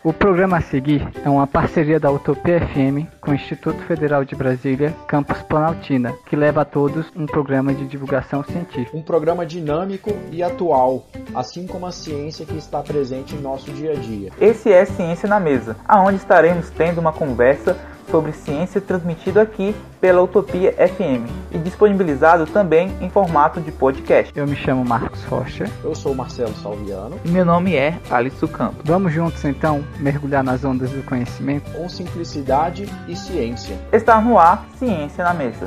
O programa a seguir é uma parceria da Utopia FM com o Instituto Federal de Brasília, Campus Planaltina, que leva a todos um programa de divulgação científica. Um programa dinâmico e atual, assim como a ciência que está presente em nosso dia a dia. Esse é Ciência na Mesa, aonde estaremos tendo uma conversa sobre ciência transmitido aqui pela Utopia FM e disponibilizado também em formato de podcast. Eu me chamo Marcos Rocha. Eu sou Marcelo Salviano. E meu nome é Alisson Campos. Vamos juntos então mergulhar nas ondas do conhecimento? Com simplicidade e ciência. Está no ar Ciência na Mesa.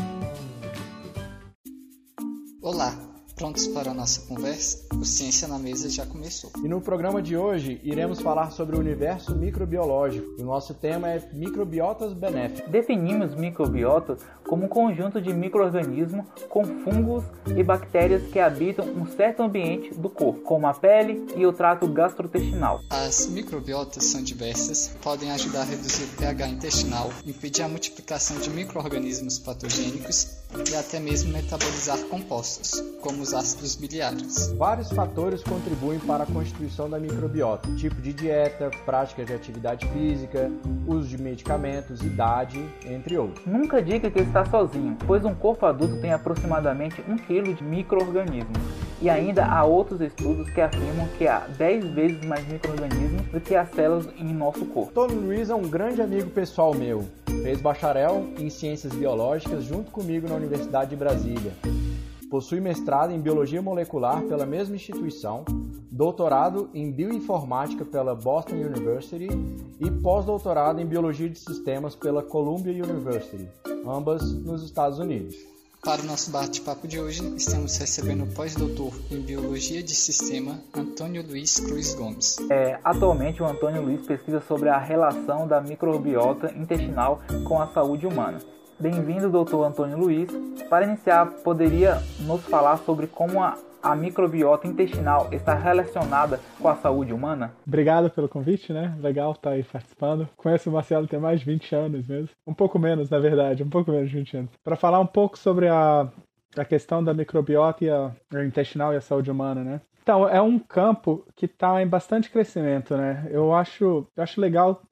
Olá, prontos para a nossa conversa? O Ciência na Mesa já começou. E no programa de hoje iremos falar sobre o universo microbiológico. O nosso tema é microbiotas benéficos. Definimos microbiota como um conjunto de micro-organismos com fungos e bactérias que habitam um certo ambiente do corpo, como a pele e o trato gastrointestinal. As microbiotas são diversas, podem ajudar a reduzir o pH intestinal, impedir a multiplicação de micro-organismos patogênicos e até mesmo metabolizar compostos, como os ácidos biliares. Vários fatores contribuem para a constituição da microbiota: tipo de dieta, prática de atividade física, uso de medicamentos, idade, entre outros. Nunca diga que está sozinho, pois um corpo adulto tem aproximadamente 1 kg de micro-organismos. E ainda há outros estudos que afirmam que há 10 vezes mais micro-organismos do que as células em nosso corpo. Tony Luiz é um grande amigo pessoal meu. Fez bacharel em Ciências Biológicas junto comigo na Universidade de Brasília. Possui mestrado em Biologia Molecular pela mesma instituição, doutorado em Bioinformática pela Boston University e pós-doutorado em Biologia de Sistemas pela Columbia University, ambas nos Estados Unidos. Para o nosso bate-papo de hoje, estamos recebendo o pós-doutor em Biologia de Sistema, Antônio Luiz Cruz Gomes. Atualmente, o Antônio Luiz pesquisa sobre a relação da microbiota intestinal com a saúde humana. Bem-vindo, doutor Antônio Luiz. Para iniciar, poderia nos falar sobre como a microbiota intestinal está relacionada com a saúde humana? Obrigado pelo convite, né? Legal estar aí participando. Conheço o Marcelo tem mais de 20 anos mesmo. Um pouco menos, na verdade, um pouco menos de 20 anos. Para falar um pouco sobre a questão da microbiota e a intestinal e a saúde humana, né? Então, é um campo que está em bastante crescimento, né? Eu acho legal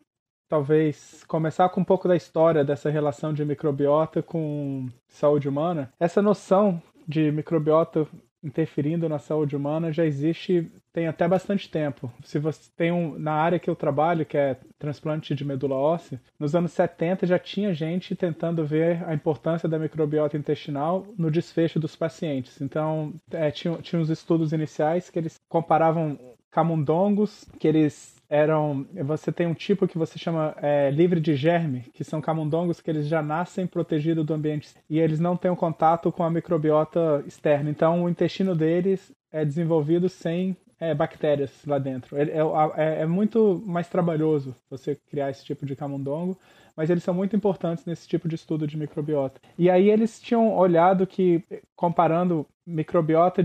talvez começar com um pouco da história dessa relação de microbiota com saúde humana. Essa noção de microbiota interferindo na saúde humana já existe tem até bastante tempo. Se você tem na área que eu trabalho, que é transplante de medula óssea, nos anos 70 já tinha gente tentando ver a importância da microbiota intestinal no desfecho dos pacientes. Então, tinha uns estudos iniciais que eles comparavam camundongos, que eles você tem um tipo que você chama livre de germe, que são camundongos que eles já nascem protegidos do ambiente e eles não têm um contato com a microbiota externa. Então, o intestino deles é desenvolvido sem bactérias lá dentro. É muito mais trabalhoso você criar esse tipo de camundongo, mas eles são muito importantes nesse tipo de estudo de microbiota. E aí eles tinham olhado que, comparando microbiota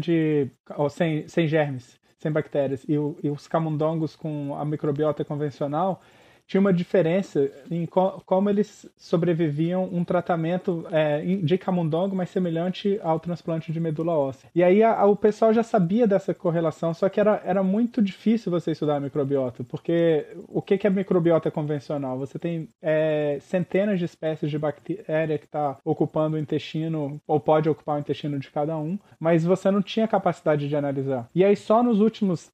sem germes, sem bactérias, e os camundongos com a microbiota convencional, tinha uma diferença em como eles sobreviviam um tratamento de camundongo, mas semelhante ao transplante de medula óssea. E aí o pessoal já sabia dessa correlação, só que era muito difícil você estudar a microbiota, porque o que é microbiota convencional? Você tem centenas de espécies de bactéria que está ocupando o intestino, ou pode ocupar o intestino de cada um, mas você não tinha capacidade de analisar. E aí só nos últimos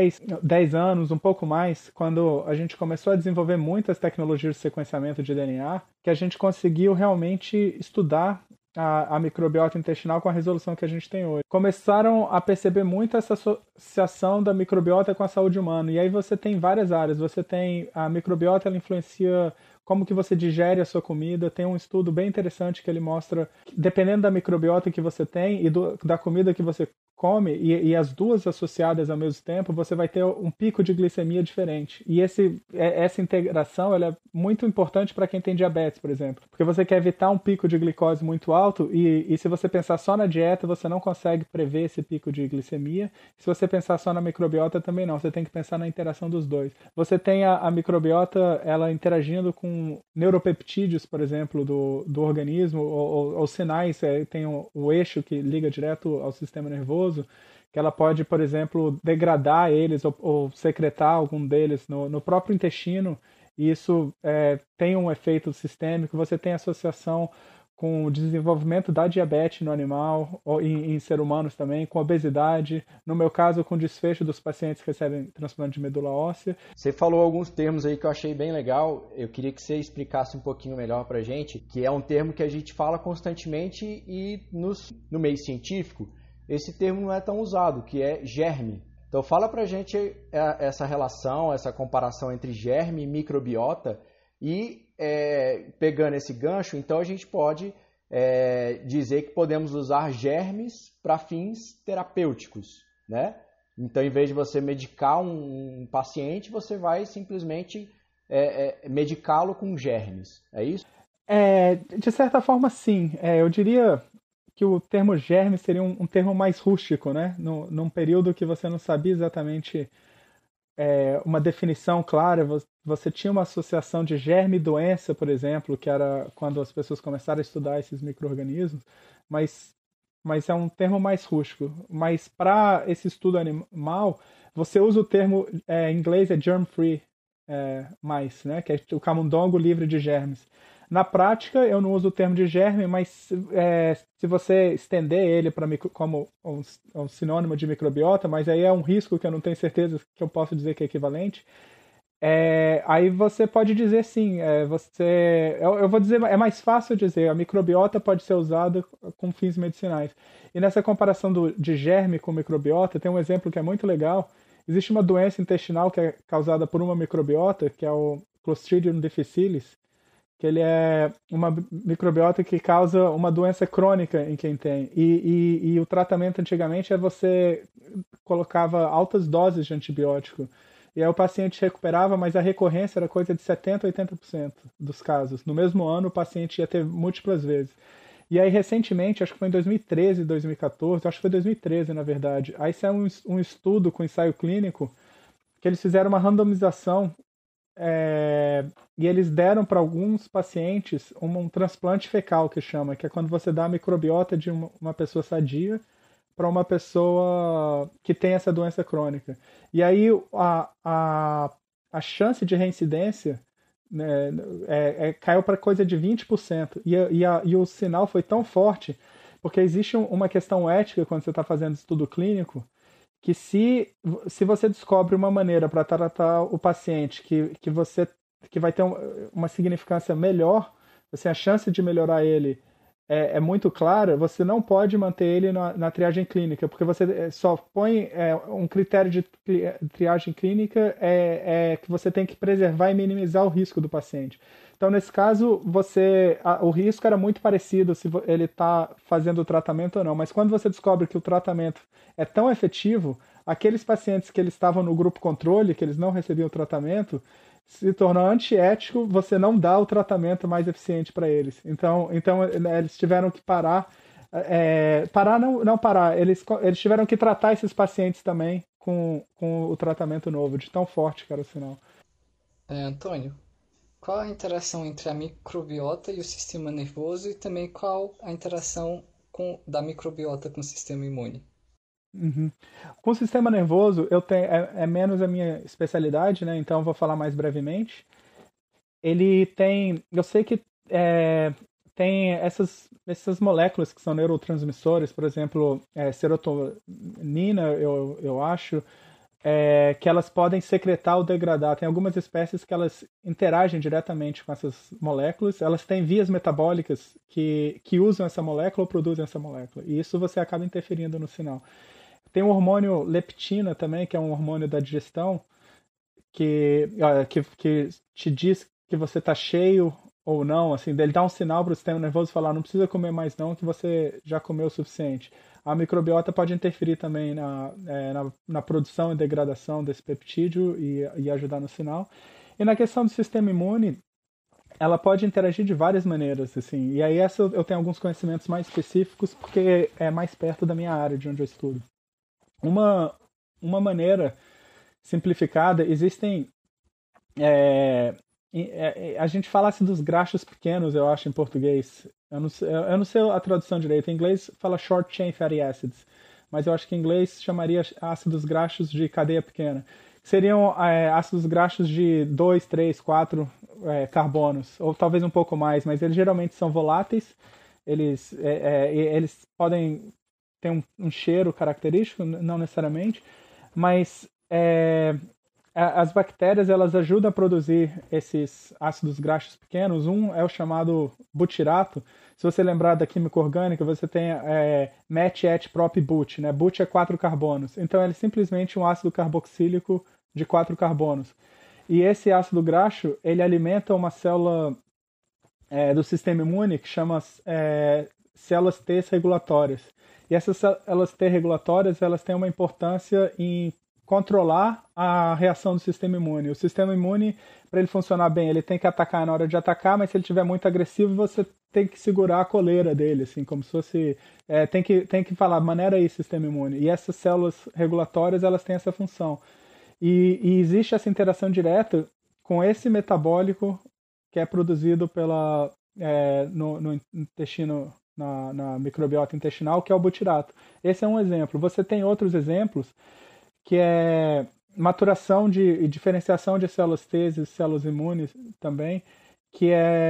10 anos, um pouco mais, quando a gente começou a desenvolver muitas tecnologias de sequenciamento de DNA, que a gente conseguiu realmente estudar a microbiota intestinal com a resolução que a gente tem hoje. Começaram a perceber muito essa associação da microbiota com a saúde humana. E aí você tem várias áreas. Você tem a microbiota, ela influencia como que você digere a sua comida. Tem um estudo bem interessante que ele mostra que, dependendo da microbiota que você tem e da comida que você come, e as duas associadas ao mesmo tempo, você vai ter um pico de glicemia diferente. E essa integração ela é muito importante para quem tem diabetes, por exemplo. Porque você quer evitar um pico de glicose muito alto e se você pensar só na dieta, você não consegue prever esse pico de glicemia. Se você pensar só na microbiota, também não. Você tem que pensar na interação dos dois. Você tem a microbiota ela interagindo com neuropeptídeos, por exemplo, do organismo, ou sinais. Tem o eixo que liga direto ao sistema nervoso, que ela pode, por exemplo, degradar eles ou secretar algum deles no próprio intestino, e isso tem um efeito sistêmico. Você tem associação com o desenvolvimento da diabetes no animal, ou em ser humanos também, com obesidade, no meu caso, com desfecho dos pacientes que recebem transplante de medula óssea. Você falou alguns termos aí que eu achei bem legal, eu queria que você explicasse um pouquinho melhor pra gente, que é um termo que a gente fala constantemente e no meio científico, esse termo não é tão usado, que é germe. Então fala pra gente essa relação, essa comparação entre germe e microbiota e pegando esse gancho, então a gente pode dizer que podemos usar germes para fins terapêuticos, né? Então, em vez de você medicar um paciente, você vai simplesmente medicá-lo com germes, é isso? De certa forma, sim. Eu diria que o termo germe seria um termo mais rústico, né? Num período que você não sabia exatamente uma definição clara, você tinha uma associação de germe e doença, por exemplo, que era quando as pessoas começaram a estudar esses micro-organismos, mas é um termo mais rústico. Mas para esse estudo animal, você usa o termo, em inglês é germ-free, né? Que é o camundongo livre de germes. Na prática, eu não uso o termo de germe, mas se você estender ele como um sinônimo de microbiota, mas aí é um risco que eu não tenho certeza que eu posso dizer que é equivalente, aí você pode dizer sim. Eu vou dizer, é mais fácil dizer, a microbiota pode ser usada com fins medicinais. E nessa comparação de germe com microbiota, tem um exemplo que é muito legal. Existe uma doença intestinal que é causada por uma microbiota, que é o Clostridium difficile, que ele é uma microbiota que causa uma doença crônica em quem tem. E o tratamento antigamente você colocava altas doses de antibiótico. E aí o paciente recuperava, mas a recorrência era coisa de 70% a 80% dos casos. No mesmo ano, o paciente ia ter múltiplas vezes. E aí, recentemente, acho que foi em 2013, 2014, acho que foi 2013, na verdade, aí saiu um estudo com ensaio clínico que eles fizeram uma randomização e eles deram para alguns pacientes um transplante fecal, que chama, que é quando você dá a microbiota de uma pessoa sadia para uma pessoa que tem essa doença crônica. E aí a chance de reincidência, né, caiu para coisa de 20%. E o sinal foi tão forte, porque existe uma questão ética quando você está fazendo estudo clínico, que se você descobre uma maneira para tratar o paciente que vai ter uma significância melhor, assim, a chance de melhorar ele é muito clara, você não pode manter ele na triagem clínica, porque você só põe um critério de triagem clínica que você tem que preservar e minimizar o risco do paciente. Então, nesse caso, o risco era muito parecido se ele está fazendo o tratamento ou não, mas quando você descobre que o tratamento é tão efetivo, aqueles pacientes que eles estavam no grupo controle, que eles não recebiam o tratamento, se tornou antiético você não dar o tratamento mais eficiente para eles. Então eles tiveram que parar. Não parar, eles tiveram que tratar esses pacientes também com o tratamento novo, de tão forte que era o sinal. Antônio, qual a interação entre a microbiota e o sistema nervoso e também qual a interação da microbiota com o sistema imune? Uhum. Com o sistema nervoso, é menos a minha especialidade, né? Então eu vou falar mais brevemente. Ele tem, eu sei que tem essas moléculas que são neurotransmissores, por exemplo, serotonina, eu acho, que elas podem secretar ou degradar. Tem algumas espécies que elas interagem diretamente com essas moléculas. Elas têm vias metabólicas que usam essa molécula ou produzem essa molécula. E isso você acaba interferindo no sinal. Tem o hormônio leptina também, que é um hormônio da digestão, que te diz que você está cheio ou não. Assim, ele dá um sinal para o sistema nervoso falar, não precisa comer mais não, que você já comeu o suficiente. A microbiota pode interferir também na produção e degradação desse peptídeo e ajudar no sinal. E na questão do sistema imune, ela pode interagir de várias maneiras, assim. E aí eu tenho alguns conhecimentos mais específicos, porque é mais perto da minha área, de onde eu estudo. Uma maneira simplificada, existem... a gente falasse dos graxos pequenos, eu acho, em português. Eu não sei a tradução direito. Em inglês fala short chain fatty acids. mas eu acho que em inglês chamaria ácidos graxos de cadeia pequena. Seriam ácidos graxos de 2, 3, 4 carbonos, ou talvez um pouco mais, mas eles geralmente são voláteis, eles podem ter um cheiro característico, não necessariamente, mas as bactérias elas ajudam a produzir esses ácidos graxos pequenos. Um é o chamado butirato. Se você lembrar da química orgânica, você tem met, et, prop e but, né? But é 4 carbonos. Então ele é simplesmente um ácido carboxílico de 4 carbonos. E esse ácido graxo, ele alimenta uma célula do sistema imune que chama células T regulatórias. E essas células T regulatórias, elas têm uma importância em controlar a reação do sistema imune. O sistema imune, para ele funcionar bem, ele tem que atacar na hora de atacar, mas se ele estiver muito agressivo, você tem que segurar a coleira dele, assim, como se fosse... tem que falar, maneira aí, sistema imune. E essas células regulatórias, elas têm essa função. E existe essa interação direta com esse metabólico que é produzido no intestino, na microbiota intestinal, que é o butirato. Esse é um exemplo. Você tem outros exemplos, que é maturação e diferenciação de células T e células imunes também, que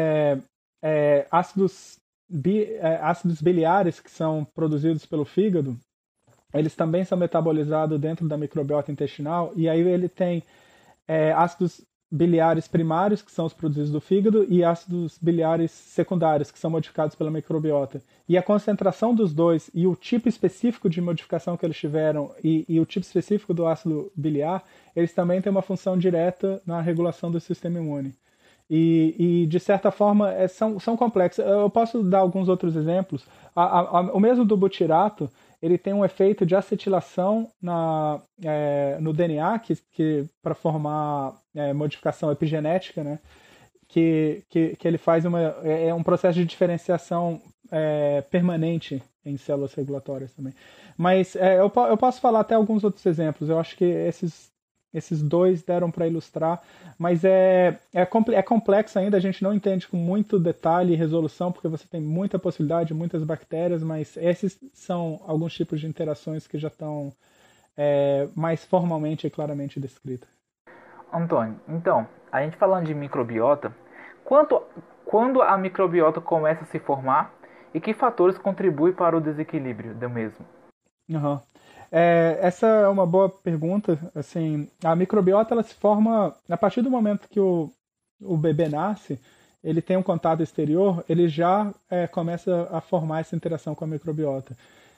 ácidos biliares que são produzidos pelo fígado, eles também são metabolizados dentro da microbiota intestinal, e aí ele tem ácidos biliares primários, que são os produzidos do fígado, e ácidos biliares secundários, que são modificados pela microbiota. E a concentração dos dois e o tipo específico de modificação que eles tiveram e o tipo específico do ácido biliar, eles também têm uma função direta na regulação do sistema imune. E de certa forma, são complexos. Eu posso dar alguns outros exemplos. O mesmo do butirato, ele tem um efeito de acetilação no DNA, que para formar modificação epigenética, né? Que ele faz um processo de diferenciação permanente em células regulatórias também. Mas eu posso falar até alguns outros exemplos. Eu acho que esses dois deram para ilustrar, mas é complexo ainda, a gente não entende com muito detalhe e resolução, porque você tem muita possibilidade, muitas bactérias, mas esses são alguns tipos de interações que já estão mais formalmente e claramente descritas. Antônio, então, a gente falando de microbiota, quando a microbiota começa a se formar e que fatores contribuem para o desequilíbrio do mesmo? Uhum. Essa é uma boa pergunta. Assim, a microbiota ela se forma a partir do momento que o bebê nasce, ele tem um contato exterior, ele já começa a formar essa interação com a microbiota.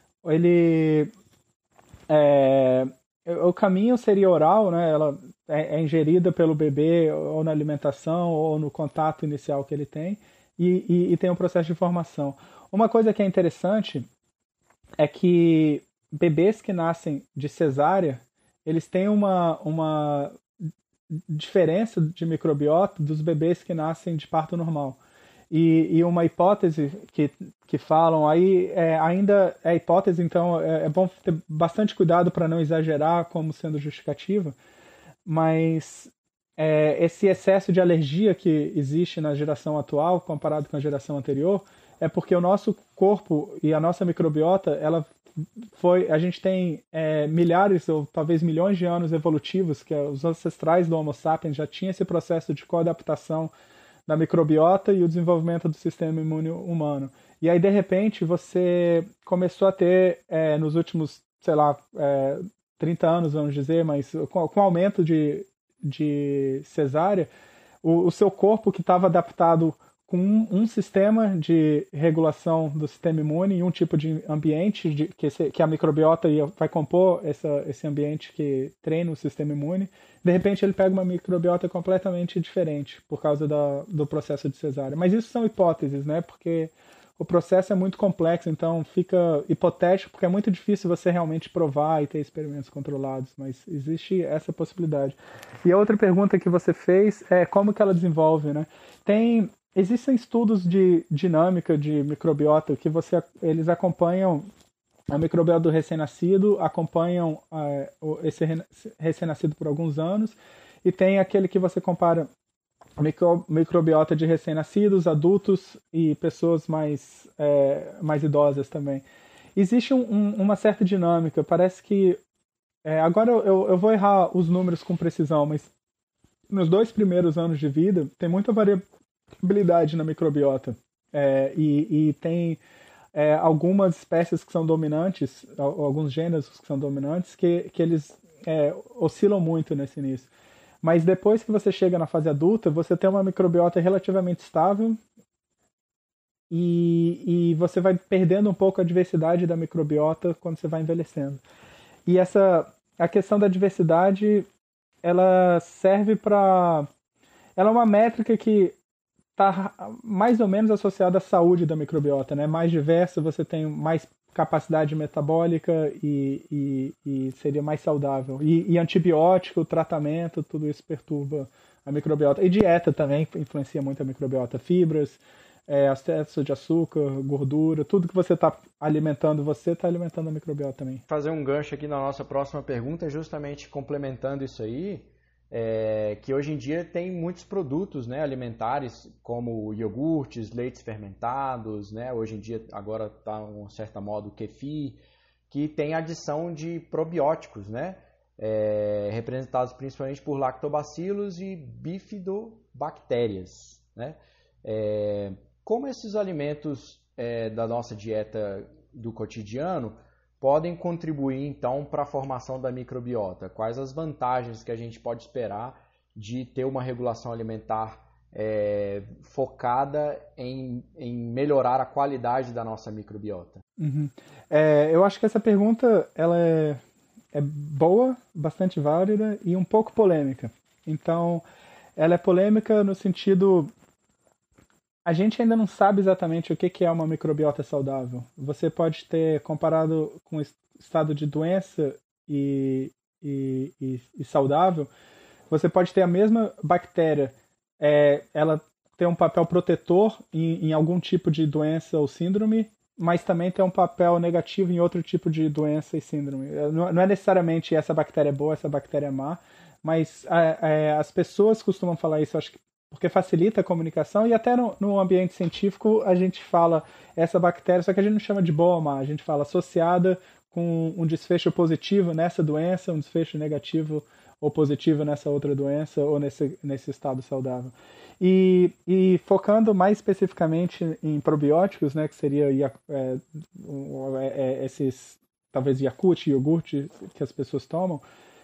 O caminho seria oral, né? Ela é ingerida pelo bebê ou na alimentação ou no contato inicial que ele tem e tem um processo de formação. Uma coisa que é interessante é que bebês que nascem de cesárea, eles têm uma diferença de microbiota dos bebês que nascem de parto normal. E uma hipótese que falam, aí ainda é hipótese, então é bom ter bastante cuidado para não exagerar como sendo justificativa, mas esse excesso de alergia que existe na geração atual comparado com a geração anterior é porque o nosso corpo e a nossa microbiota, a gente tem milhares ou talvez milhões de anos evolutivos, que os ancestrais do Homo sapiens já tinham esse processo de coadaptação da microbiota e o desenvolvimento do sistema imune humano. E aí, de repente, você começou a ter, nos últimos, 30 anos, vamos dizer, mas com o aumento de cesárea, o seu corpo que estava adaptado com um sistema de regulação do sistema imune e um tipo de ambiente que a microbiota vai compor esse ambiente que treina o sistema imune, de repente ele pega uma microbiota completamente diferente por causa do processo de cesárea. Mas isso são hipóteses, né? Porque o processo é muito complexo, então fica hipotético, porque é muito difícil você realmente provar e ter experimentos controlados, mas existe essa possibilidade. E a outra pergunta que você fez é como que ela desenvolve, né? Existem estudos de dinâmica de microbiota que eles acompanham a microbiota do recém-nascido, acompanham esse recém-nascido por alguns anos, e tem aquele que você compara a microbiota de recém-nascidos, adultos e pessoas mais idosas também. existe uma certa dinâmica. Parece que... agora eu vou errar os números com precisão, mas nos 2 primeiros anos de vida tem muita variabilidade na microbiota. E tem algumas espécies que são dominantes, alguns gêneros que são dominantes, que eles oscilam muito nesse início. Mas depois que você chega na fase adulta, você tem uma microbiota relativamente estável e você vai perdendo um pouco a diversidade da microbiota quando você vai envelhecendo. E a questão da diversidade, ela serve para... Ela é uma métrica que está mais ou menos associada à saúde da microbiota, né? Mais diversa, você tem mais capacidade metabólica e seria mais saudável. E antibiótico, tratamento, tudo isso perturba a microbiota. E dieta também influencia muito a microbiota. Fibras, excesso de açúcar, gordura, tudo que você está alimentando, você está alimentando a microbiota também. Fazer um gancho aqui na nossa próxima pergunta, justamente complementando isso aí, que hoje em dia tem muitos produtos, né, alimentares, como iogurtes, leites fermentados, né, hoje em dia agora está um certa moda o kefir, que tem adição de probióticos, né, representados principalmente por lactobacilos e bifidobactérias, né. Como esses alimentos da nossa dieta do cotidiano podem contribuir, então, para a formação da microbiota? Quais as vantagens que a gente pode esperar de ter uma regulação alimentar focada em melhorar a qualidade da nossa microbiota? Uhum. Eu acho que essa pergunta ela é boa, bastante válida e um pouco polêmica. Então, ela é polêmica no sentido... A gente ainda não sabe exatamente o que é uma microbiota saudável. Você pode ter, comparado com o estado de doença e saudável, você pode ter a mesma bactéria, ela tem um papel protetor em algum tipo de doença ou síndrome, mas também tem um papel negativo em outro tipo de doença e síndrome. Não é necessariamente essa bactéria é boa, essa bactéria é má, mas as pessoas costumam falar isso, acho que porque facilita a comunicação, e até no ambiente científico a gente fala essa bactéria, só que a gente não chama de boa ou má, a gente fala associada com um desfecho positivo nessa doença, um desfecho negativo ou positivo nessa outra doença ou nesse estado saudável. E focando mais especificamente em probióticos, né, que seria esses, talvez Yakult, iogurte que as pessoas tomam,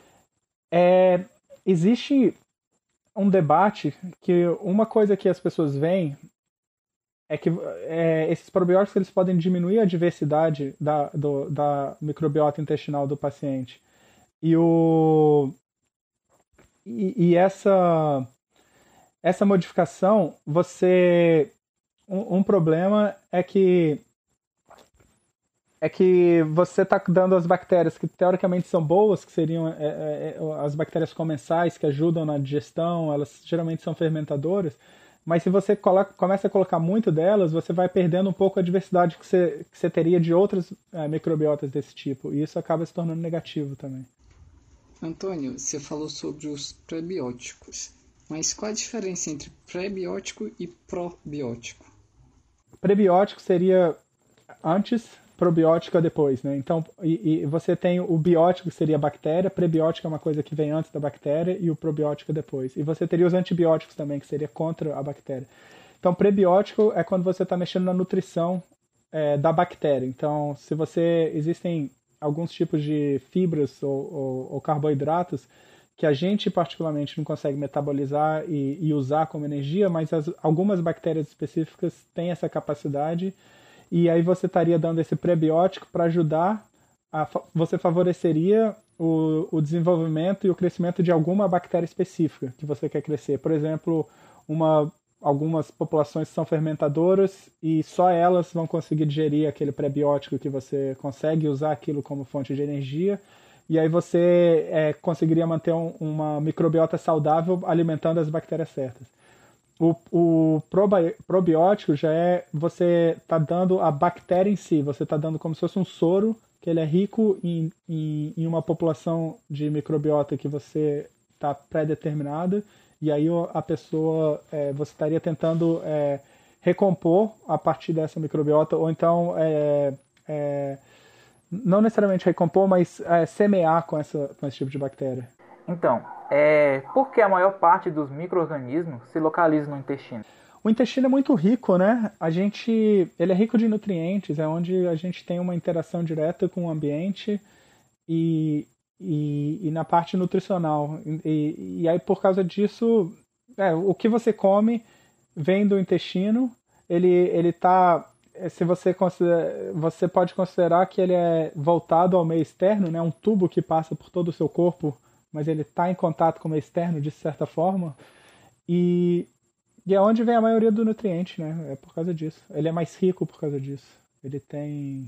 existe um debate que uma coisa que as pessoas veem é que esses probióticos eles podem diminuir a diversidade da microbiota intestinal do paciente. E essa modificação, um problema é que você está dando as bactérias que teoricamente são boas, que seriam as bactérias comensais que ajudam na digestão, elas geralmente são fermentadoras, mas se você começa a colocar muito delas, você vai perdendo um pouco a diversidade que você teria de outras microbiotas desse tipo, e isso acaba se tornando negativo também. Antônio, você falou sobre os prebióticos, mas qual a diferença entre prebiótico e probiótico? Prebiótico seria antes, probiótico é depois, né? Então, e você tem o biótico, que seria a bactéria, prebiótico é uma coisa que vem antes da bactéria e o probiótico é depois. E você teria os antibióticos também, que seria contra a bactéria. Então, prebiótico é quando você está mexendo na nutrição da bactéria. Então, existem alguns tipos de fibras ou carboidratos que a gente particularmente não consegue metabolizar e usar como energia, mas algumas bactérias específicas têm essa capacidade. E aí você estaria dando esse prebiótico para ajudar, você favoreceria o desenvolvimento e o crescimento de alguma bactéria específica que você quer crescer. Por exemplo, algumas populações são fermentadoras e só elas vão conseguir digerir aquele prebiótico que você consegue usar aquilo como fonte de energia. E aí você conseguiria manter uma microbiota saudável alimentando as bactérias certas. O probiótico já você está dando a bactéria em si, você está dando como se fosse um soro, que ele é rico em uma população de microbiota que você está pré-determinada, e aí a pessoa, você estaria tentando recompor a partir dessa microbiota, ou então não necessariamente recompor, mas semear com esse tipo de bactéria. Então, por que a maior parte dos micro-organismos se localiza no intestino? O intestino é muito rico, né? Ele é rico de nutrientes, é onde a gente tem uma interação direta com o ambiente e na parte nutricional. E aí, por causa disso, o que você come vem do intestino. Ele tá, se você pode considerar que ele é voltado ao meio externo, né? Um tubo que passa por todo o seu corpo, mas ele está em contato com o meio externo de certa forma. E é onde vem a maioria do nutriente, né? É por causa disso. Ele é mais rico por causa disso. Ele tem...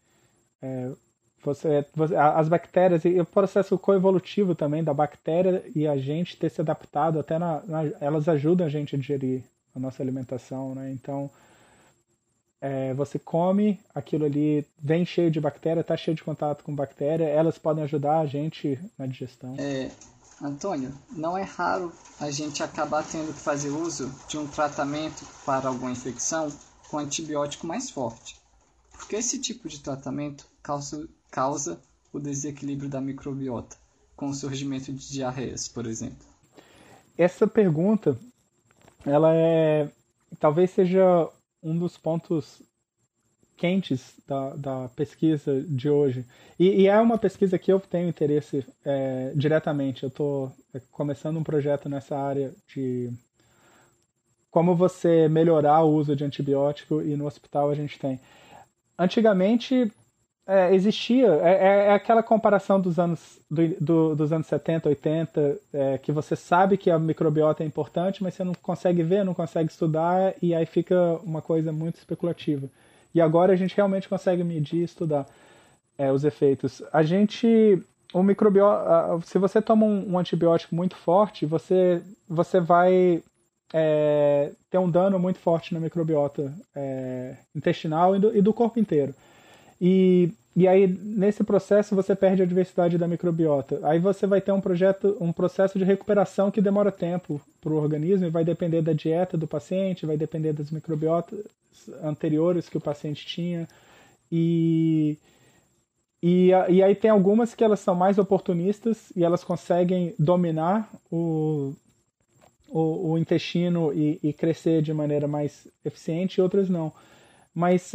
as bactérias e o processo coevolutivo também da bactéria e a gente ter se adaptado até elas ajudam a gente a digerir a nossa alimentação, né? Então você come aquilo ali, vem cheio de bactéria, está cheio de contato com bactéria, elas podem ajudar a gente na digestão. Antônio, não é raro a gente acabar tendo que fazer uso de um tratamento para alguma infecção com antibiótico mais forte, porque esse tipo de tratamento causa o desequilíbrio da microbiota, com o surgimento de diarreias, por exemplo. Essa pergunta, ela talvez seja um dos pontos quentes da pesquisa de hoje. E é uma pesquisa que eu tenho interesse diretamente. Eu estou começando um projeto nessa área de como você melhorar o uso de antibiótico, e no hospital a gente tem. Antigamente existia, aquela comparação dos anos 70, 80, que você sabe que a microbiota é importante, mas você não consegue ver, não consegue estudar, e aí fica uma coisa muito especulativa. E agora a gente realmente consegue medir e estudar os efeitos. O microbiota, se você toma um antibiótico muito forte, você vai ter um dano muito forte na microbiota intestinal e do corpo inteiro. E aí, nesse processo, você perde a diversidade da microbiota. Aí você vai ter um processo de recuperação que demora tempo para o organismo, e vai depender da dieta do paciente, vai depender das microbiotas anteriores que o paciente tinha. E aí tem algumas que elas são mais oportunistas e elas conseguem dominar o intestino e crescer de maneira mais eficiente, e outras não. Mas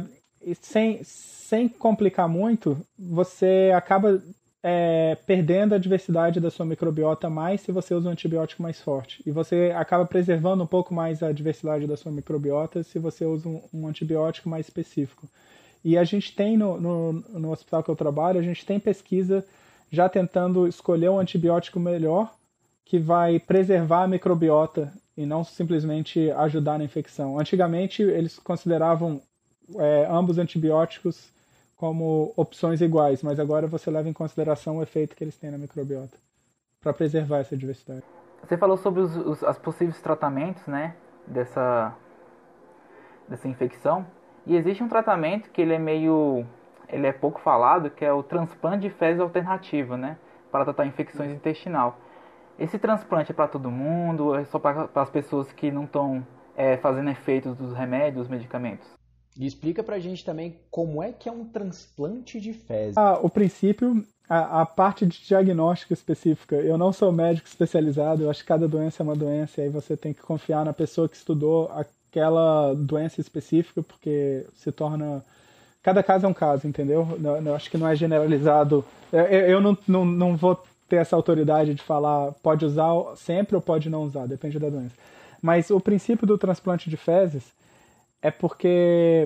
sem complicar muito, você acaba perdendo a diversidade da sua microbiota mais se você usa um antibiótico mais forte. E você acaba preservando um pouco mais a diversidade da sua microbiota se você usa um antibiótico mais específico. E a gente tem, no hospital que eu trabalho, a gente tem pesquisa já tentando escolher um antibiótico melhor que vai preservar a microbiota e não simplesmente ajudar na infecção. Antigamente, eles consideravam ambos antibióticos como opções iguais, mas agora você leva em consideração o efeito que eles têm na microbiota para preservar essa diversidade. Você falou sobre os possíveis tratamentos, né, dessa infecção, e existe um tratamento que ele é pouco falado, que é o transplante de fezes alternativo, né, para tratar infecções intestinal. Esse transplante é para todo mundo, é só para as pessoas que não estão fazendo efeitos dos remédios, dos medicamentos? E explica pra gente também como é que é um transplante de fezes. O princípio, a parte de diagnóstico específica. Eu não sou médico especializado, eu acho que cada doença é uma doença, e aí você tem que confiar na pessoa que estudou aquela doença específica, porque se torna... Cada caso é um caso, entendeu? Eu acho que não é generalizado. Eu não vou ter essa autoridade de falar pode usar sempre ou pode não usar, depende da doença. Mas o princípio do transplante de fezes é porque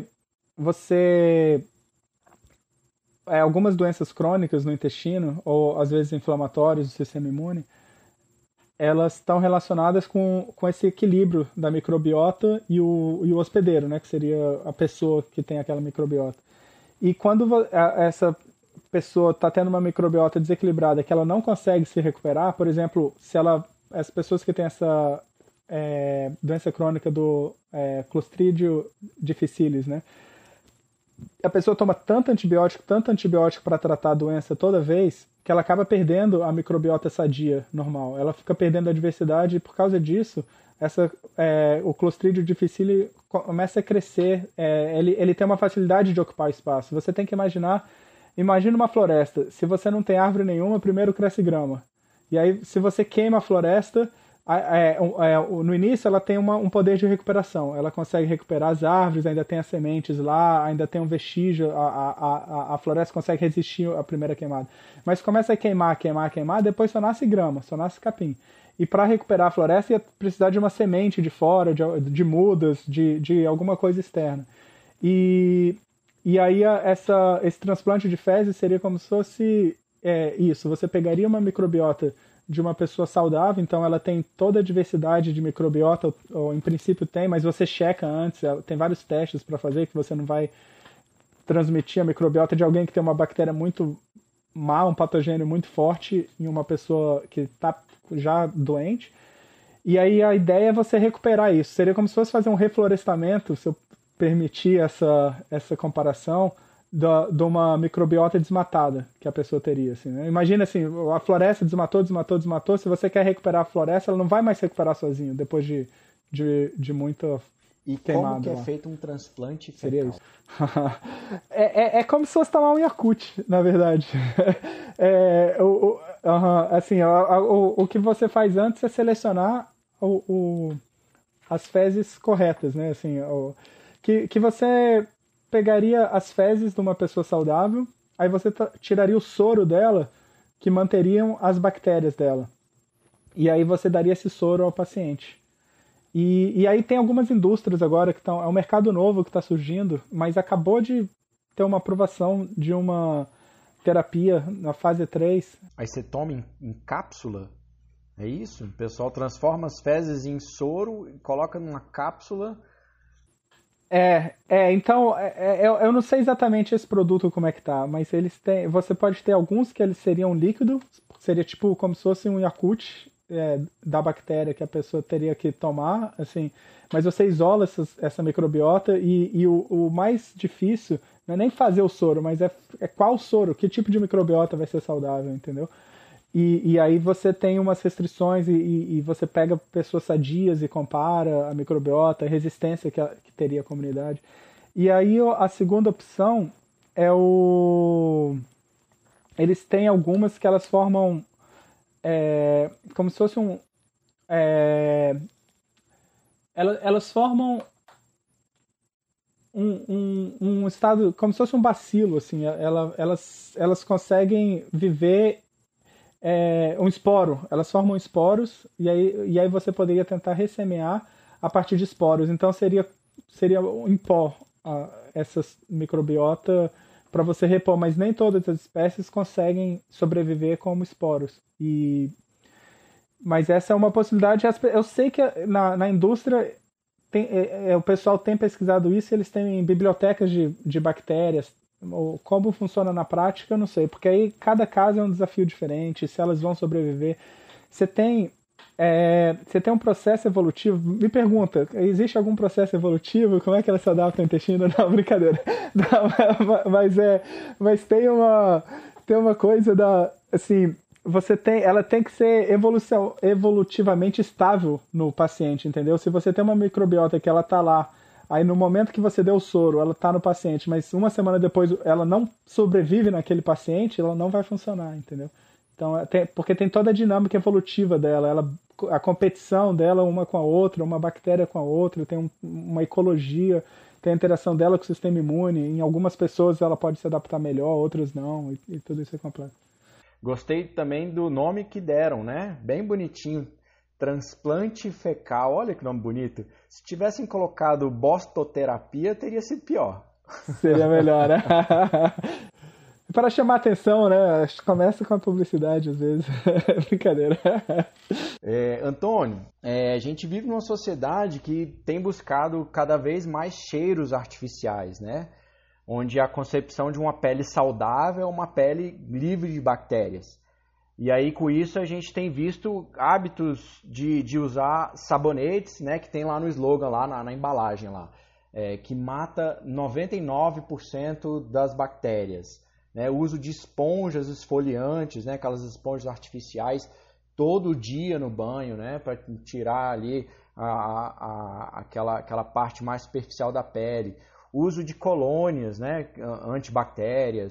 algumas doenças crônicas no intestino, ou às vezes inflamatórias do sistema imune, elas estão relacionadas com esse equilíbrio da microbiota e o hospedeiro, né, que seria a pessoa que tem aquela microbiota. E quando essa pessoa está tendo uma microbiota desequilibrada, que ela não consegue se recuperar, por exemplo, as pessoas que têm essa doença crônica do Clostridium difficile, né? A pessoa toma tanto antibiótico para tratar a doença toda vez, que ela acaba perdendo a microbiota sadia normal. Ela fica perdendo a diversidade, e por causa disso, o Clostridium difficile começa a crescer. Ele tem uma facilidade de ocupar espaço. Você tem que imaginar imagina uma floresta. Se você não tem árvore nenhuma, primeiro cresce grama. E aí, se você queima a floresta, no início ela tem um poder de recuperação. Ela consegue recuperar as árvores, ainda tem as sementes lá, ainda tem um vestígio, a floresta consegue resistir à primeira queimada. Mas começa a queimar, depois só nasce grama, só nasce capim. E para recuperar a floresta ia precisar de uma semente de fora, de mudas, de alguma coisa externa. E aí esse transplante de fezes seria como se fosse isso. Você pegaria uma microbiota de uma pessoa saudável, então ela tem toda a diversidade de microbiota, ou em princípio tem, mas você checa antes, tem vários testes para fazer, que você não vai transmitir a microbiota de alguém que tem uma bactéria muito má, um patogênio muito forte em uma pessoa que está já doente. E aí a ideia é você recuperar isso. Seria como se fosse fazer um reflorestamento, se eu permitir essa comparação, de uma microbiota desmatada que a pessoa teria. Assim, né? Imagina assim, a floresta desmatou. Se você quer recuperar a floresta, ela não vai mais recuperar sozinho, depois de muita e queimada. E como que é feito um transplante fecal? Seria isso. É como se fosse tomar um Yakult, na verdade. Assim, o que você faz antes é selecionar as fezes corretas, né? Assim, que você pegaria as fezes de uma pessoa saudável, aí você tiraria o soro dela, que manteriam as bactérias dela. E aí você daria esse soro ao paciente. E aí tem algumas indústrias agora que estão... É um mercado novo que está surgindo, mas acabou de ter uma aprovação de uma terapia na fase 3. Aí você toma em cápsula? É isso? O pessoal transforma as fezes em soro e coloca numa cápsula... Então, eu não sei exatamente esse produto como é que tá, mas eles têm, você pode ter alguns que eles seriam líquido, seria tipo como se fosse um Yakult da bactéria que a pessoa teria que tomar, assim, mas você isola essa microbiota e o mais difícil não é nem fazer o soro, mas é qual soro, que tipo de microbiota vai ser saudável, entendeu? E aí você tem umas restrições e você pega pessoas sadias e compara a microbiota, a resistência que teria a comunidade. E aí a segunda opção é eles têm algumas que elas formam como se fosse elas formam um estado, como se fosse um bacilo, assim, elas conseguem viver um esporo, elas formam esporos e aí você poderia tentar ressemear a partir de esporos. Então seria em pó essas microbiota para você repor, mas nem todas as espécies conseguem sobreviver como esporos. Mas essa é uma possibilidade. Eu sei que na indústria o pessoal tem pesquisado isso, eles têm bibliotecas de bactérias. Como funciona na prática, eu não sei, porque aí cada caso é um desafio diferente, se elas vão sobreviver. Você tem um processo evolutivo, me pergunta, existe algum processo evolutivo? Como é que ela se adapta ao intestino? Não, brincadeira. Não, mas tem uma coisa assim, ela tem que ser evolutivamente estável no paciente, entendeu? Se você tem uma microbiota que ela está lá, aí no momento que você deu o soro, ela está no paciente, mas uma semana depois ela não sobrevive naquele paciente, ela não vai funcionar, entendeu? Então, porque tem toda a dinâmica evolutiva dela, a competição dela uma com a outra, uma bactéria com a outra, tem uma ecologia, tem a interação dela com o sistema imune, em algumas pessoas ela pode se adaptar melhor, outras não, e tudo isso é complexo. Gostei também do nome que deram, né? Bem bonitinho. Transplante fecal, olha que nome bonito. Se tivessem colocado bostoterapia, teria sido pior. Seria melhor, né? Para chamar atenção, né? Começa com a publicidade às vezes. Brincadeira. Antônio, a gente vive numa sociedade que tem buscado cada vez mais cheiros artificiais, né? Onde a concepção de uma pele saudável é uma pele livre de bactérias. E aí, com isso, a gente tem visto hábitos de usar sabonetes, né, que tem lá no slogan, lá na embalagem, lá, que mata 99% das bactérias. Né, o uso de esponjas esfoliantes, né, aquelas esponjas artificiais, todo dia no banho, né, para tirar ali aquela parte mais superficial da pele. O uso de colônias, né, antibactérias.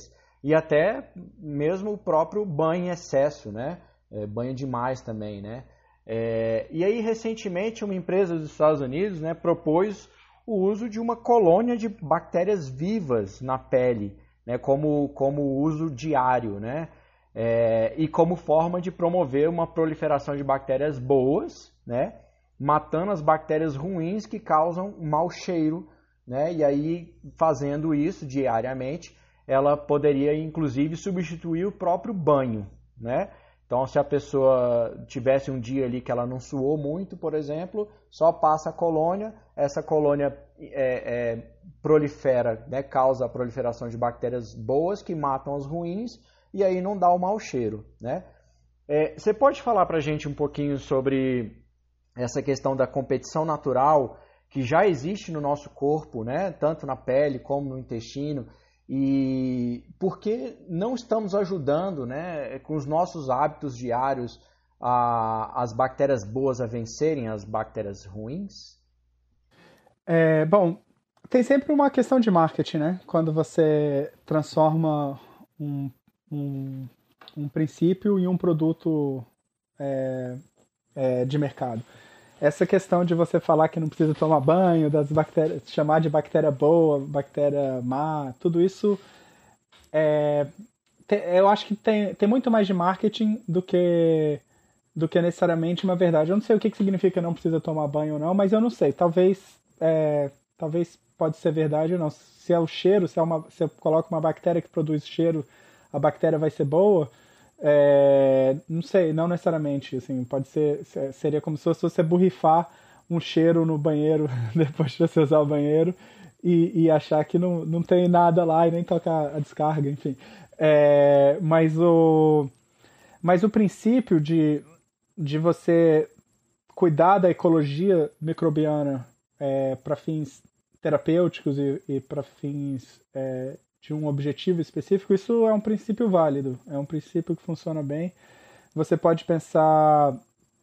e até mesmo o próprio banho em excesso, né? Banho demais também, né? E aí, recentemente, uma empresa dos Estados Unidos, né, propôs o uso de uma colônia de bactérias vivas na pele, né, como uso diário, né? E como forma de promover uma proliferação de bactérias boas, né, matando as bactérias ruins que causam mau cheiro, né? E aí, fazendo isso diariamente, ela poderia, inclusive, substituir o próprio banho, né? Então, se a pessoa tivesse um dia ali que ela não suou muito, por exemplo, só passa a colônia, essa colônia prolifera, né? Causa a proliferação de bactérias boas que matam as ruins, e aí não dá o mau cheiro, né? Você pode falar para a gente um pouquinho sobre essa questão da competição natural que já existe no nosso corpo, né? Tanto na pele como no intestino, e por que não estamos ajudando, né, com os nossos hábitos diários as bactérias boas a vencerem as bactérias ruins? Bom, tem sempre uma questão de marketing, né? Quando você transforma um princípio em um produto de mercado. Essa questão de você falar que não precisa tomar banho, das bactérias, chamar de bactéria boa, bactéria má, tudo isso, eu acho que tem muito mais de marketing do que necessariamente uma verdade. Eu não sei o que significa não precisa tomar banho ou não, mas eu não sei. Talvez pode ser verdade ou não. Se é o cheiro, se eu coloco uma bactéria que produz cheiro, a bactéria vai ser boa. Não sei, não necessariamente, assim, pode ser, seria como se você borrifar um cheiro no banheiro depois de você usar o banheiro e achar que não tem nada lá e nem tocar a descarga, enfim. Mas o princípio de você cuidar da ecologia microbiana para fins terapêuticos e para fins de um objetivo específico, isso é um princípio válido, é um princípio que funciona bem. Você pode pensar,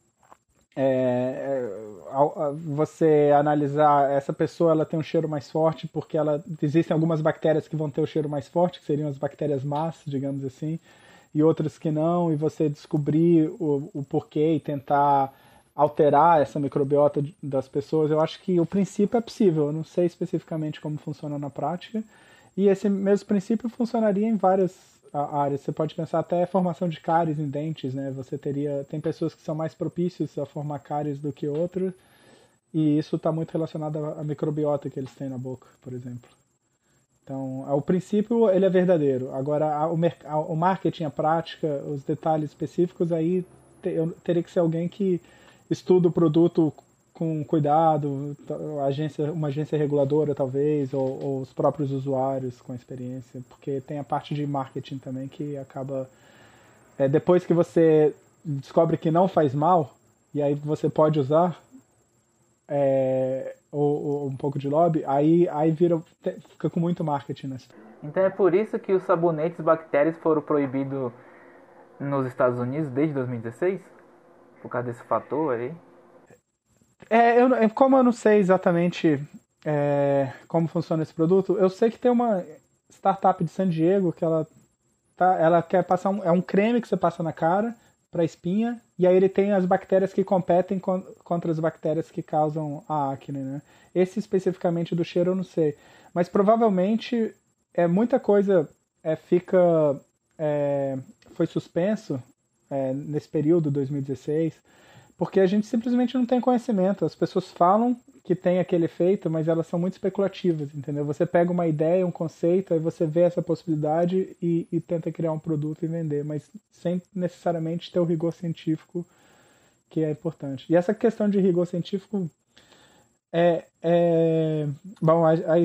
você analisar, essa pessoa ela tem um cheiro mais forte porque existem algumas bactérias que vão ter o cheiro mais forte, que seriam as bactérias más, digamos assim, e outras que não, e você descobrir o porquê e tentar alterar essa microbiota das pessoas. Eu acho que o princípio é possível, eu não sei especificamente como funciona na prática. E esse mesmo princípio funcionaria em várias áreas. Você pode pensar até formação de cáries em dentes, né? Tem pessoas que são mais propícias a formar cáries do que outras, e isso está muito relacionado à microbiota que eles têm na boca, por exemplo. Então, o princípio ele é verdadeiro. Agora, o marketing, a prática, os detalhes específicos, aí teria que ser alguém que estuda o produto com cuidado, uma agência reguladora talvez, ou os próprios usuários com experiência, porque tem a parte de marketing também que acaba, depois que você descobre que não faz mal, e aí você pode usar, ou um pouco de lobby, aí fica com muito marketing, né? Então é por isso que os sabonetes bactérias foram proibidos nos Estados Unidos desde 2016? Por causa desse fator aí? Como eu não sei exatamente como funciona esse produto, eu sei que tem uma startup de San Diego que ela quer passar um creme que você passa na cara para espinha, e aí ele tem as bactérias que competem contra as bactérias que causam a acne, né? Esse especificamente do cheiro eu não sei, mas provavelmente muita coisa foi suspenso nesse período, 2016, porque a gente simplesmente não tem conhecimento. As pessoas falam que tem aquele efeito, mas elas são muito especulativas, entendeu? Você pega uma ideia, um conceito, aí você vê essa possibilidade e tenta criar um produto e vender, mas sem necessariamente ter o rigor científico que é importante. E essa questão de rigor científico bom, aí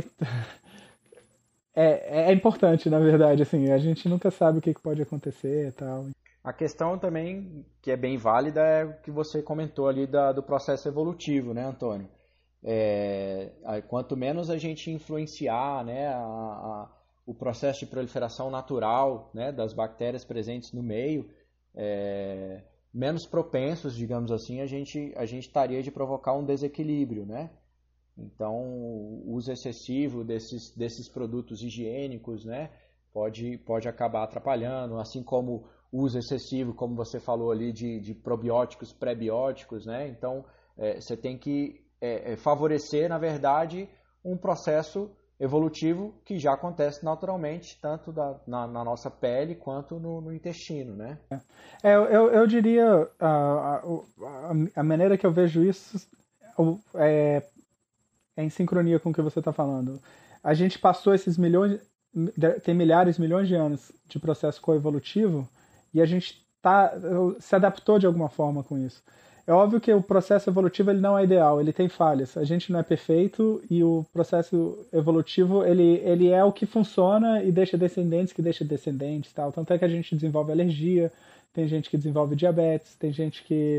é importante, na verdade, assim, a gente nunca sabe o que pode acontecer e tal. A questão também, que é bem válida, é o que você comentou ali do processo evolutivo, né, Antônio? Quanto menos a gente influenciar, né, o processo de proliferação natural, né, das bactérias presentes no meio, menos propensos, digamos assim, a gente estaria de provocar um desequilíbrio, né? Então, o uso excessivo desses produtos higiênicos, né, pode acabar atrapalhando, assim como o uso excessivo, como você falou ali, de probióticos, pré-bióticos, né? Então, você tem que favorecer, na verdade, um processo evolutivo que já acontece naturalmente, tanto na nossa pele quanto no intestino, né? Eu diria, a maneira que eu vejo isso é em sincronia com o que você está falando. A gente passou esses tem milhões de anos de processo coevolutivo e a gente se adaptou de alguma forma com isso. É óbvio que o processo evolutivo ele não é ideal, ele tem falhas. A gente não é perfeito e o processo evolutivo ele é o que funciona e deixa descendentes que deixa descendentes. Tal. Tanto é que a gente desenvolve alergia, tem gente que desenvolve diabetes, tem gente que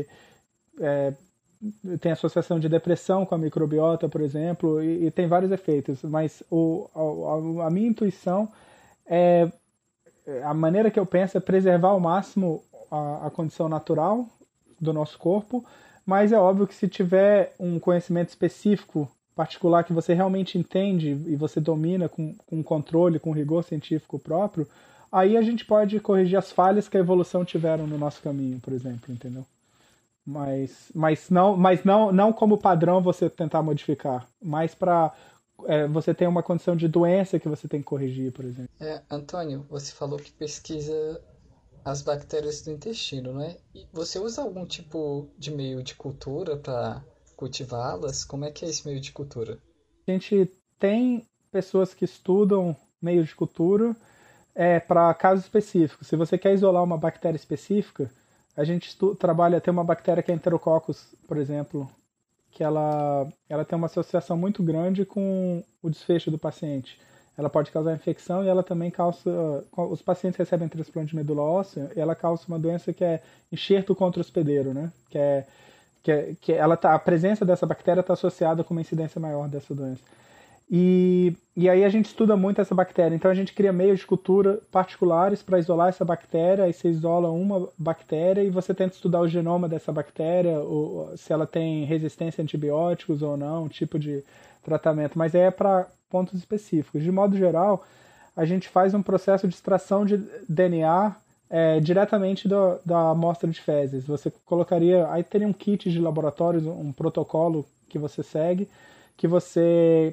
tem associação de depressão com a microbiota, por exemplo, e tem vários efeitos. Mas a minha intuição a maneira que eu penso é preservar ao máximo a condição natural do nosso corpo, mas é óbvio que se tiver um conhecimento específico, particular, que você realmente entende e você domina com controle, com rigor científico próprio, aí a gente pode corrigir as falhas que a evolução tiveram no nosso caminho, por exemplo, entendeu? Mas não como padrão você tentar modificar, mas para você ter uma condição de doença que você tem que corrigir, por exemplo. Antônio, você falou que pesquisa as bactérias do intestino, não é? E você usa algum tipo de meio de cultura para cultivá-las? Como é que é esse meio de cultura? A gente tem pessoas que estudam meio de cultura para casos específicos. Se você quer isolar uma bactéria específica, a gente tem uma bactéria que é Enterococcus, por exemplo, que ela tem uma associação muito grande com o desfecho do paciente. Ela pode causar infecção e ela também causa... Os pacientes recebem transplante de medula óssea e ela causa uma doença que é enxerto contra hospedeiro, né? A presença dessa bactéria está associada com uma incidência maior dessa doença. E aí a gente estuda muito essa bactéria. Então a gente cria meios de cultura particulares para isolar essa bactéria. Aí você isola uma bactéria e você tenta estudar o genoma dessa bactéria, ou se ela tem resistência a antibióticos ou não, tipo de tratamento. Mas é para pontos específicos. De modo geral, a gente faz um processo de extração de DNA diretamente da amostra de fezes. Você colocaria... Aí teria um kit de laboratórios, um protocolo que você segue, que você...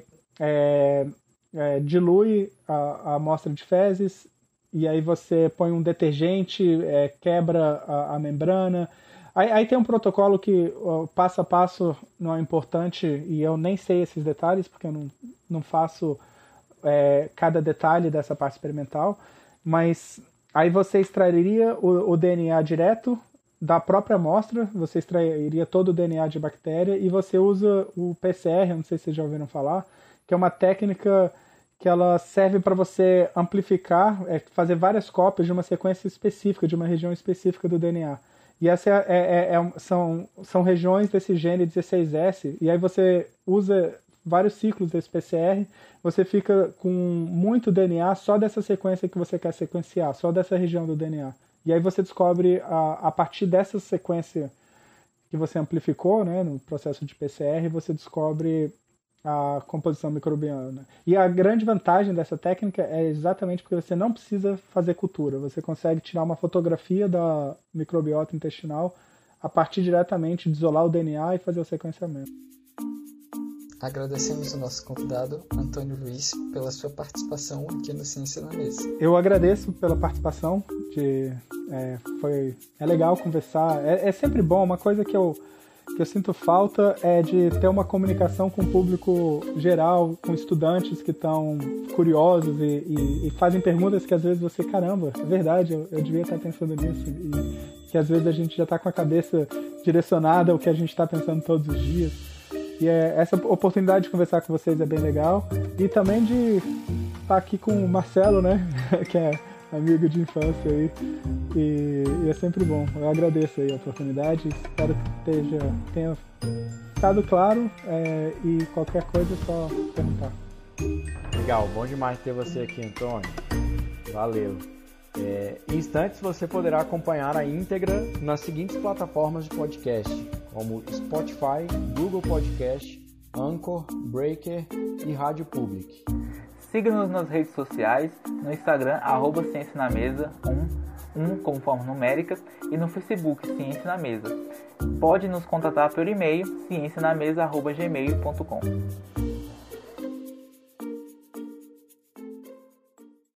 dilui a amostra de fezes e aí você põe um detergente, quebra a membrana. Aí tem um protocolo que passo a passo não é importante e eu nem sei esses detalhes porque eu não faço cada detalhe dessa parte experimental, mas aí você extrairia o DNA direto da própria amostra, você extrairia todo o DNA de bactéria e você usa o PCR, não sei se vocês já ouviram falar, que é uma técnica que ela serve para você amplificar, fazer várias cópias de uma sequência específica, de uma região específica do DNA. E essa são regiões desse gene 16S, e aí você usa vários ciclos desse PCR, você fica com muito DNA só dessa sequência que você quer sequenciar, só dessa região do DNA. E aí você descobre, a partir dessa sequência que você amplificou, né, no processo de PCR, você descobre a composição microbiana. E a grande vantagem dessa técnica é exatamente porque você não precisa fazer cultura. Você consegue tirar uma fotografia da microbiota intestinal a partir diretamente de isolar o DNA e fazer o sequenciamento. Agradecemos o nosso convidado, Antônio Luiz, pela sua participação aqui no Ciência na Mesa. Eu agradeço pela participação. É legal conversar. É sempre bom. Uma coisa que eu sinto falta é de ter uma comunicação com o público geral, com estudantes que estão curiosos e fazem perguntas que às vezes você, caramba, é verdade, eu devia estar pensando nisso, e que às vezes a gente já está com a cabeça direcionada ao que a gente está pensando todos os dias. E essa oportunidade de conversar com vocês é bem legal, e também de estar aqui com o Marcelo, né, que é amigo de infância aí, e é sempre bom. Eu agradeço aí a oportunidade, espero que tenha ficado claro, e qualquer coisa é só perguntar. Legal, bom demais ter você aqui, Antônio. Valeu. Em instantes você poderá acompanhar a íntegra nas seguintes plataformas de podcast, como Spotify, Google Podcast, Anchor, Breaker e Rádio Public. Siga-nos nas redes sociais, no Instagram, @Ciência na Mesa, um como forma numérica, e no Facebook, Ciência na Mesa. Pode nos contatar por e-mail, ciencianamesa@gmail.com.